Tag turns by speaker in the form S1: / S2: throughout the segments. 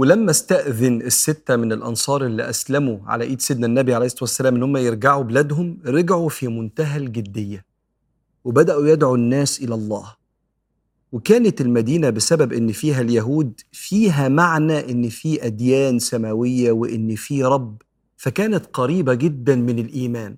S1: ولما استأذن الستة من الأنصار اللي أسلموا على إيد سيدنا النبي عليه الصلاة والسلام إن هم يرجعوا بلادهم، رجعوا في منتهى الجدية وبدأوا يدعوا الناس إلى الله. وكانت المدينة بسبب إن فيها اليهود فيها معنى إن في أديان سماوية وإن في رب، فكانت قريبة جدا من الإيمان.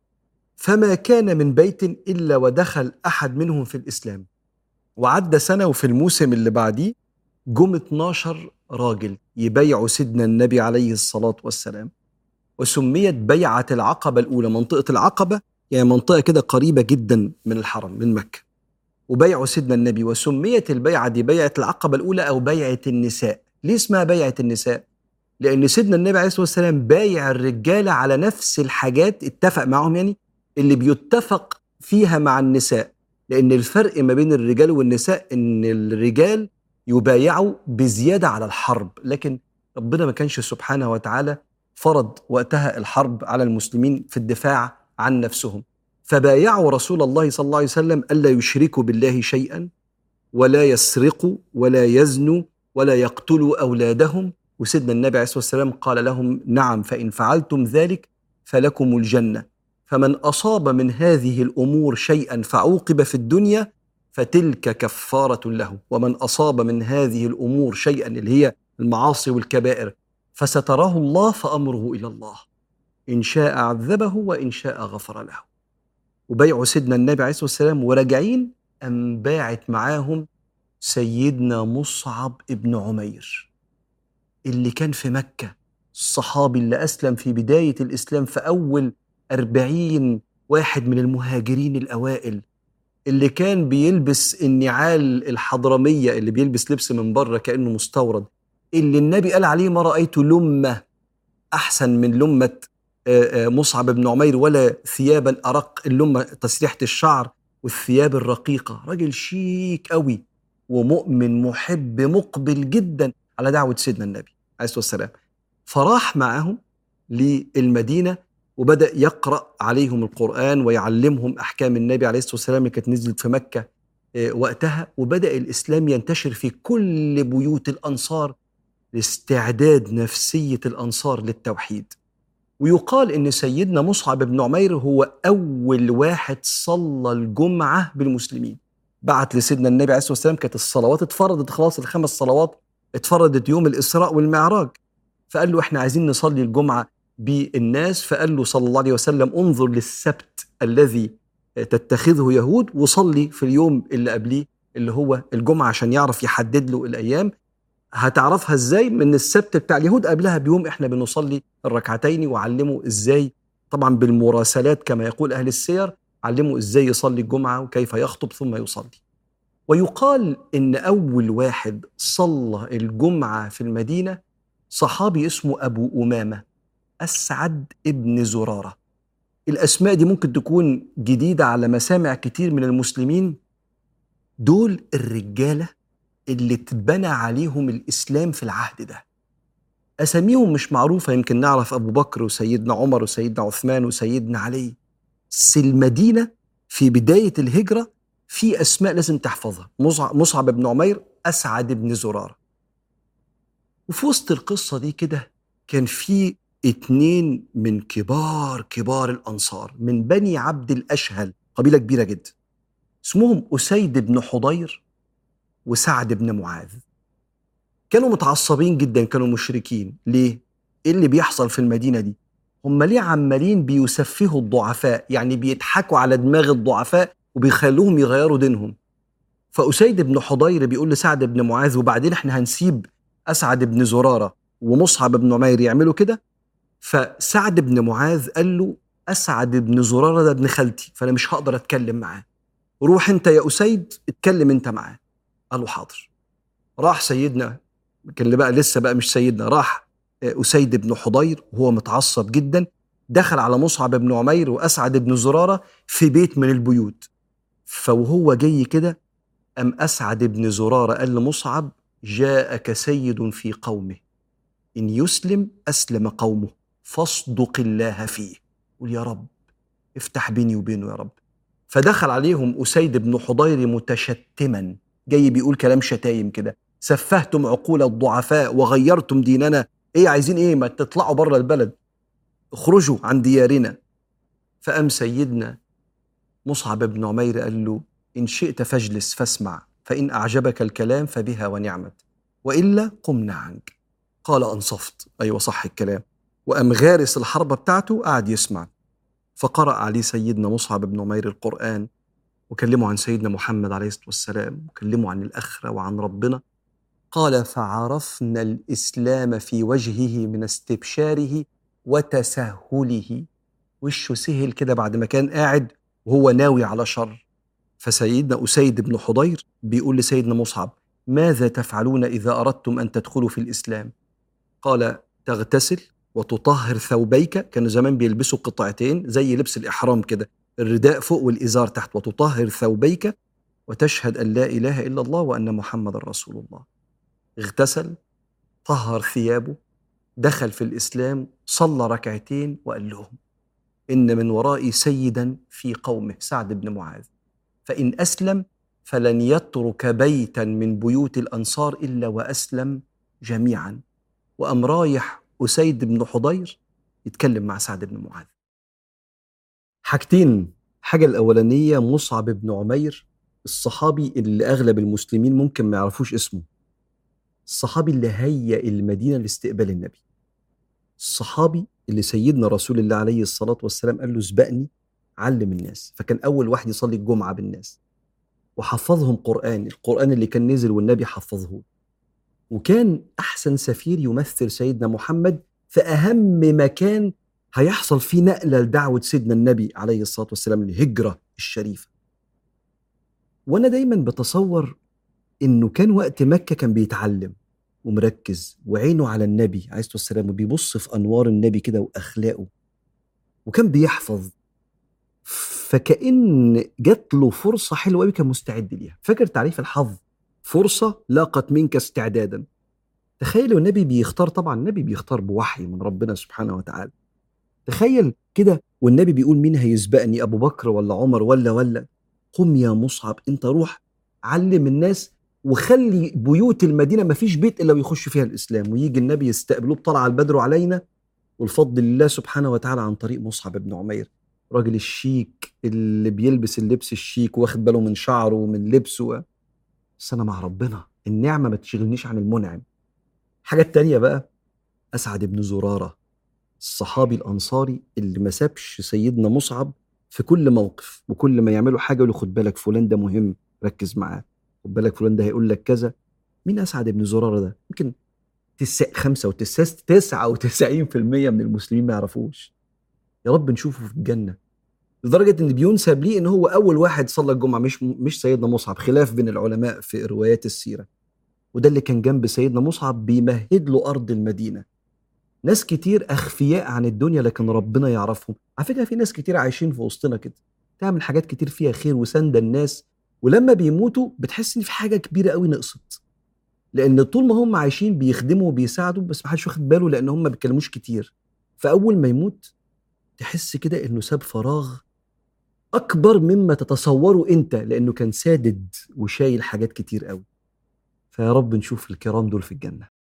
S1: فما كان من بيت إلا ودخل أحد منهم في الإسلام. وعدى سنة، وفي الموسم اللي بعديه جم 12 راجل يبايعوا سيدنا النبي عليه الصلاة والسلام، وسميت بيعة العقبة الأولى. منطقة العقبة يعني منطقة كده قريبة جدا من الحرم من مكة، وبيعوا سيدنا النبي. وسميت البيعة دي بيعة العقبة الأولى أو بيعة النساء. ليه اسمها بيعة النساء؟ لأن سيدنا النبي عليه الصلاة والسلام بايع الرجالة على نفس الحاجات، اتفق معهم يعني اللي بيتفق فيها مع النساء. لأن الفرق ما بين الرجال والنساء إن الرجال يبايعوا بزيادة على الحرب، لكن ربنا ما كانش سبحانه وتعالى فرض وقتها الحرب على المسلمين في الدفاع عن نفسهم. فبايعوا رسول الله صلى الله عليه وسلم ألا يشركوا بالله شيئا، ولا يسرقوا ولا يزنوا ولا يقتلوا أولادهم. وسيدنا النبي عليه الصلاة والسلام قال لهم: نعم، فإن فعلتم ذلك فلكم الجنة. فمن أصاب من هذه الأمور شيئا فعوقب في الدنيا فتلك كفارة له، ومن أصاب من هذه الأمور شيئا اللي هي المعاصي والكبائر فستراه الله فأمره إلى الله، إن شاء عذبه وإن شاء غفر له. وبيعوا سيدنا النبي عليه الصلاة والسلام وراجعين أم باعت معاهم سيدنا مصعب ابن عمير اللي كان في مكة، الصحابي اللي أسلم في بداية الإسلام في أول 40 واحد من المهاجرين الأوائل، اللي كان بيلبس النعال الحضرمية، اللي بيلبس لبس من بره كأنه مستورد، اللي النبي قال عليه: ما رأيت لمة أحسن من لمة مصعب بن عمير ولا ثيابا أرق. اللمة تسريحة الشعر والثياب الرقيقة. راجل شيك قوي ومؤمن محب مقبل جدا على دعوة سيدنا النبي عليه الصلاة والسلام. فراح معهم للمدينة وبدأ يقرأ عليهم القرآن ويعلمهم أحكام النبي عليه الصلاة والسلام اللي كانت نزلت في مكة وقتها. وبدأ الإسلام ينتشر في كل بيوت الأنصار لاستعداد نفسية الأنصار للتوحيد. ويقال إن سيدنا مصعب بن عمير هو أول واحد صلى الجمعة بالمسلمين. بعت لسيدنا النبي عليه الصلاة والسلام، كانت الصلوات اتفرضت خلاص، ال5 صلوات اتفرضت يوم الإسراء والمعراج، فقال له: احنا عايزين نصلي الجمعة بالناس. فقال له صلى الله عليه وسلم: انظر للسبت الذي تتخذه يهود وصلي في اليوم اللي قبليه اللي هو الجمعة، عشان يعرف يحدد له الأيام. هتعرفها ازاي؟ من السبت بتاع اليهود قبلها بيوم احنا بنصلي الركعتين. وعلموا ازاي، طبعا بالمراسلات كما يقول اهل السير، علموا ازاي يصلي الجمعة وكيف يخطب ثم يصلي. ويقال ان اول واحد صلى الجمعة في المدينة صحابي اسمه ابو امامة اسعد ابن زرارة. الاسماء دي ممكن تكون جديدة على مسامع كتير من المسلمين. دول الرجالة اللي اتبنى عليهم الإسلام في العهد ده. أساميهم مش معروفة، يمكن نعرف أبو بكر وسيدنا عمر وسيدنا عثمان وسيدنا علي. بس المدينة في بداية الهجرة في أسماء لازم تحفظها: مصعب بن عمير، أسعد بن زرارة. وفي وسط القصة دي كده كان في 2 من كبار الأنصار من بني عبد الأشهل، قبيلة كبيرة جدا، اسمهم أسيد بن حضير وسعد بن معاذ. كانوا متعصبين جدا، كانوا مشركين. ليه؟ ايه اللي بيحصل في المدينة دي؟ هم ليه عمالين بيسفهوا الضعفاء؟ يعني بيضحكوا على دماغ الضعفاء وبيخلوهم يغيروا دينهم. فأسيد بن حضير بيقول لسعد بن معاذ: وبعدين احنا هنسيب أسعد بن زرارة ومصعب بن عمير يعملوا كده؟ فسعد بن معاذ قال له: أسعد بن زرارة ده ابن خالتي، فأنا مش هقدر أتكلم معاه، روح انت يا أسيد اتكلم انت معاه. قالوا: حاضر. راح سيدنا، كان اللي بقى لسه بقى مش سيدنا، راح أسيد بن حضير وهو متعصب جدا، دخل على مصعب بن عمير وأسعد بن زرارة في بيت من البيوت. فوهو جاي كده أم أسعد بن زرارة قال لمصعب: جاءك سيد في قومه، إن يسلم أسلم قومه، فاصدق الله فيه. قل يا رب افتح بيني وبينه يا رب. فدخل عليهم أسيد بن حضير متشتما، جاي بيقول كلام شتايم كده: سفهتم عقول الضعفاء وغيرتم ديننا. ايه عايزين ايه؟ ما تطلعوا بره البلد، اخرجوا عن ديارنا. فقام سيدنا مصعب بن عمير قال له: إن شئت فاجلس فاسمع، فإن أعجبك الكلام فبها ونعمت، وإلا قمنا عنك. قال: أنصفت، أيوة صح الكلام. وقام غارس الحربة بتاعته، قعد يسمع. فقرأ عليه سيدنا مصعب بن عمير القرآن، وكلمه عن سيدنا محمد عليه الصلاة والسلام، وكلمه عن الآخرة وعن ربنا. قال: فعرفنا الإسلام في وجهه من استبشاره وتسهله. وشه سهل كده بعد ما كان قاعد وهو ناوي على شر. فسيدنا أسيد بن حضير بيقول لسيدنا مصعب: ماذا تفعلون إذا أردتم أن تدخلوا في الإسلام؟ قال: تغتسل وتطهر ثوبيك. كانوا زمان بيلبسوا قطعتين زي لبس الإحرام كده، الرداء فوق والإزار تحت. وتطهر ثوبيك وتشهد أن لا إله إلا الله وأن محمد رسول الله. اغتسل، طهر ثيابه، دخل في الإسلام، صلى ركعتين، وقال لهم: إن من ورائي سيدا في قومه، سعد بن معاذ، فإن أسلم فلن يترك بيتا من بيوت الأنصار إلا وأسلم جميعا. وأم رايح أسيد بن حضير يتكلم مع سعد بن معاذ. حاجتين: حاجة الأولانية، مصعب بن عمير الصحابي اللي أغلب المسلمين ممكن ما يعرفوش اسمه، الصحابي اللي هيأ المدينة لاستقبال النبي، الصحابي اللي سيدنا رسول الله عليه الصلاة والسلام قال له: اسبقني علم الناس. فكان أول واحد يصلي الجمعة بالناس، وحفظهم القرآن اللي كان نزل والنبي حفظه. وكان أحسن سفير يمثل سيدنا محمد في أهم مكان هيحصل فيه نقلة لدعوة سيدنا النبي عليه الصلاة والسلام، الهجرة الشريفة. وأنا دايما بتصور إنه كان وقت مكة كان بيتعلم ومركز وعينه على النبي عليه الصلاة والسلام، وبيبص في أنوار النبي كده وأخلاقه، وكان بيحفظ. فكأن جات له فرصة حلوة قوي كان مستعد ليها. فاكر تعريف الحظ؟ فرصة لاقت منك استعدادا. تخيل النبي بيختار، طبعا النبي بيختار بوحي من ربنا سبحانه وتعالى. تخيل كده والنبي بيقول: مين هيسبقني، أبو بكر ولا عمر ولا قم يا مصعب انت روح علم الناس، وخلي بيوت المدينة ما فيش بيت إلا ويخش فيها الإسلام، ويجي النبي يستقبلوه بطلع البدر علينا. والفضل لله سبحانه وتعالى عن طريق مصعب بن عمير، راجل الشيك اللي بيلبس اللبس الشيك واخد باله من شعره ومن لبسه. بس أنا مع ربنا، النعمة ما تشغلنيش عن المنعم. الحاجة التانية بقى، أسعد بن زرارة الصحابي الأنصاري اللي ما سابش سيدنا مصعب في كل موقف، وكل ما يعملوا حاجة يقول له: خد بالك فلان ده مهم، ركز معاه، خد بالك فلان ده هيقول لك كذا. مين أسعد بن زرارة ده؟ يمكن 99% من المسلمين ما يعرفوش. يا رب نشوفه في الجنة. لدرجة إن بينسب ليه إن هو أول واحد صلى الجمعة، مش سيدنا مصعب، خلاف بين العلماء في روايات السيرة. وده اللي كان جنب سيدنا مصعب بيمهد له أرض المدينة. ناس كتير أخفياء عن الدنيا لكن ربنا يعرفهم. على فكرة في ناس كتير عايشين في وسطنا كده، تعمل حاجات كتير فيها خير وسند الناس، ولما بيموتوا بتحس إن في حاجة كبيرة قوي نقصت، لأن طول ما هم عايشين بيخدموا وبيساعدوا بس محدش واخد باله لأن هم ما بيتكلموش كتير. فأول ما يموت تحس كده إنه ساب فراغ أكبر مما تتصوره أنت، لأنه كان سادد وشايل حاجات كتير قوي. فيا رب نشوف الكرام دول في الجنة.